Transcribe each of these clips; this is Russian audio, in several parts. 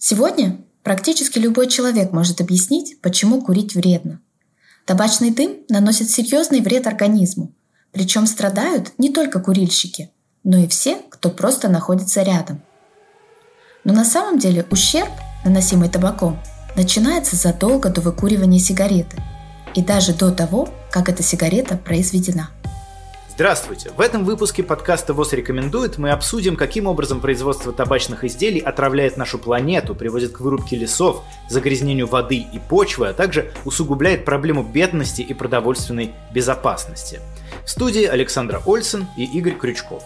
Сегодня практически любой человек может объяснить, почему курить вредно. Табачный дым наносит серьезный вред организму, причем страдают не только курильщики, но и все, кто просто находится рядом. Но на самом деле ущерб, наносимый табаком, начинается задолго до выкуривания сигареты и даже до того, как эта сигарета произведена. Здравствуйте! В этом выпуске подкаста ВОС рекомендует мы обсудим, каким образом производство табачных изделий отравляет нашу планету, приводит к вырубке лесов, загрязнению воды и почвы, а также усугубляет проблему бедности и продовольственной безопасности. В студии Александра Ольсен и Игорь Крючков.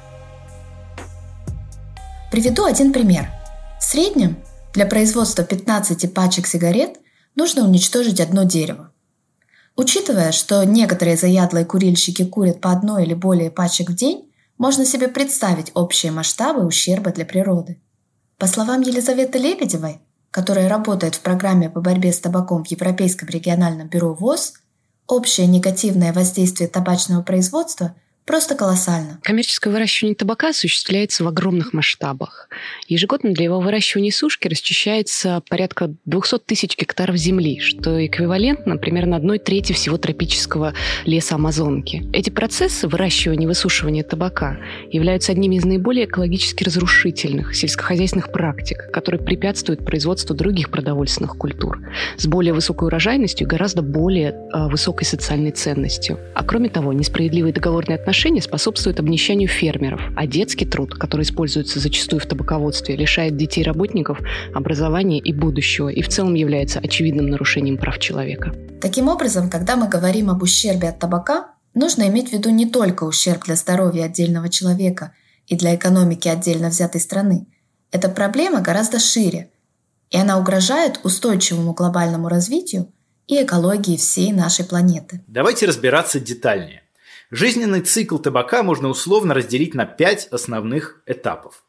Приведу один пример. В среднем для производства 15 пачек сигарет нужно уничтожить одно дерево. Учитывая, что некоторые заядлые курильщики курят по одной или более пачек в день, можно себе представить общие масштабы ущерба для природы. По словам Елизаветы Лебедевой, которая работает в программе по борьбе с табаком в Европейском региональном бюро ВОС, общее негативное воздействие табачного производства просто колоссально. Коммерческое выращивание табака осуществляется в огромных масштабах. Ежегодно для его выращивания и сушки расчищается порядка 200 тысяч гектаров земли, что эквивалентно примерно 1/3 всего тропического леса Амазонки. Эти процессы выращивания и высушивания табака являются одними из наиболее экологически разрушительных сельскохозяйственных практик, которые препятствуют производству других продовольственных культур с более высокой урожайностью и гораздо более высокой социальной ценностью. А кроме того, несправедливые договорные отношения способствуют обнищанию фермеров, а детский труд, который используется зачастую в табаководстве, лишает детей работников образования и будущего и в целом является очевидным нарушением прав человека. Таким образом, когда мы говорим об ущербе от табака, нужно иметь в виду не только ущерб для здоровья отдельного человека и для экономики отдельно взятой страны. Эта проблема гораздо шире, и она угрожает устойчивому глобальному развитию и экологии всей нашей планеты. Давайте разбираться детальнее. Жизненный цикл табака можно условно разделить на 5 основных этапов.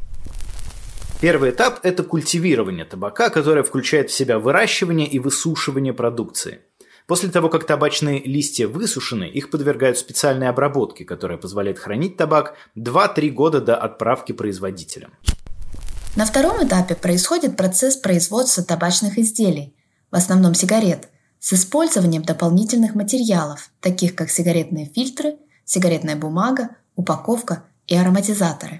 Первый этап – это культивирование табака, которое включает в себя выращивание и высушивание продукции. После того, как табачные листья высушены, их подвергают специальной обработке, которая позволяет хранить табак 2-3 года до отправки производителям. На втором этапе происходит процесс производства табачных изделий, в основном сигарет, с использованием дополнительных материалов, таких как сигаретные фильтры, сигаретная бумага, упаковка и ароматизаторы.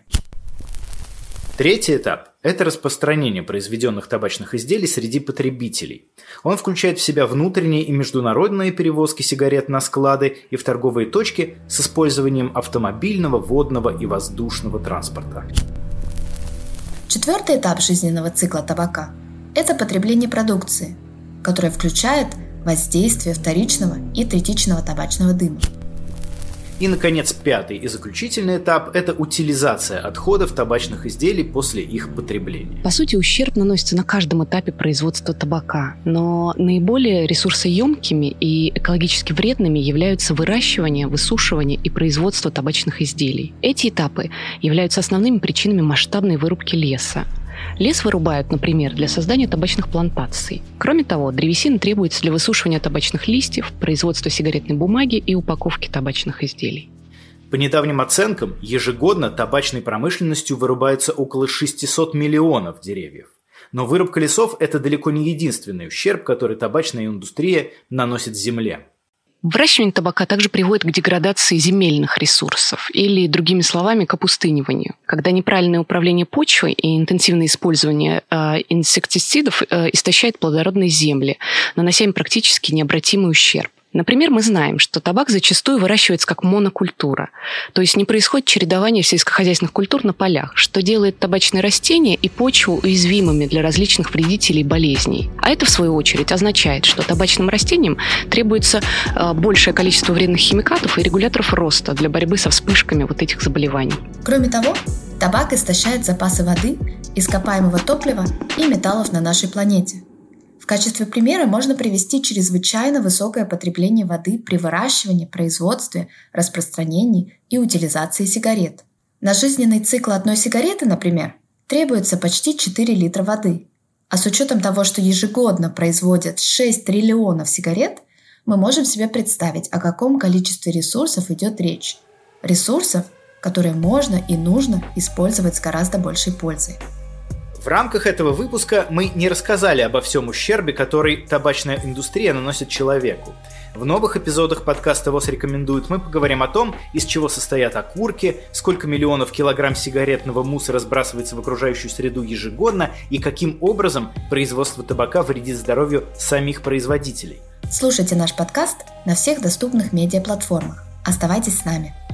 Третий этап – это распространение произведенных табачных изделий среди потребителей. Он включает в себя внутренние и международные перевозки сигарет на склады и в торговые точки с использованием автомобильного, водного и воздушного транспорта. Четвертый этап жизненного цикла табака – это потребление продукции, которое включает воздействие вторичного и третичного табачного дыма. И, наконец, пятый и заключительный этап – это утилизация отходов табачных изделий после их потребления. По сути, ущерб наносится на каждом этапе производства табака, но наиболее ресурсоемкими и экологически вредными являются выращивание, высушивание и производство табачных изделий. Эти этапы являются основными причинами масштабной вырубки леса. Лес вырубают, например, для создания табачных плантаций. Кроме того, древесина требуется для высушивания табачных листьев, производства сигаретной бумаги и упаковки табачных изделий. По недавним оценкам, ежегодно табачной промышленностью вырубается около 600 миллионов деревьев. Но вырубка лесов – это далеко не единственный ущерб, который табачная индустрия наносит земле. Выращивание табака также приводит к деградации земельных ресурсов или, другими словами, к опустыниванию, когда неправильное управление почвой и интенсивное использование инсектицидов истощает плодородные земли, нанося им практически необратимый ущерб. Например, мы знаем, что табак зачастую выращивается как монокультура, то есть не происходит чередование сельскохозяйственных культур на полях, что делает табачные растения и почву уязвимыми для различных вредителей и болезней. А это, в свою очередь, означает, что табачным растениям требуется большее количество вредных химикатов и регуляторов роста для борьбы со вспышками вот этих заболеваний. Кроме того, табак истощает запасы воды, ископаемого топлива и металлов на нашей планете. В качестве примера можно привести чрезвычайно высокое потребление воды при выращивании, производстве, распространении и утилизации сигарет. На жизненный цикл одной сигареты, например, требуется почти 4 литра воды. А с учетом того, что ежегодно производят 6 триллионов сигарет, мы можем себе представить, о каком количестве ресурсов идет речь. Ресурсов, которые можно и нужно использовать с гораздо большей пользой. В рамках этого выпуска мы не рассказали обо всем ущербе, который табачная индустрия наносит человеку. В новых эпизодах подкаста ВОС рекомендует мы поговорим о том, из чего состоят окурки, сколько миллионов килограмм сигаретного мусора сбрасывается в окружающую среду ежегодно и каким образом производство табака вредит здоровью самих производителей. Слушайте наш подкаст на всех доступных медиаплатформах. Оставайтесь с нами.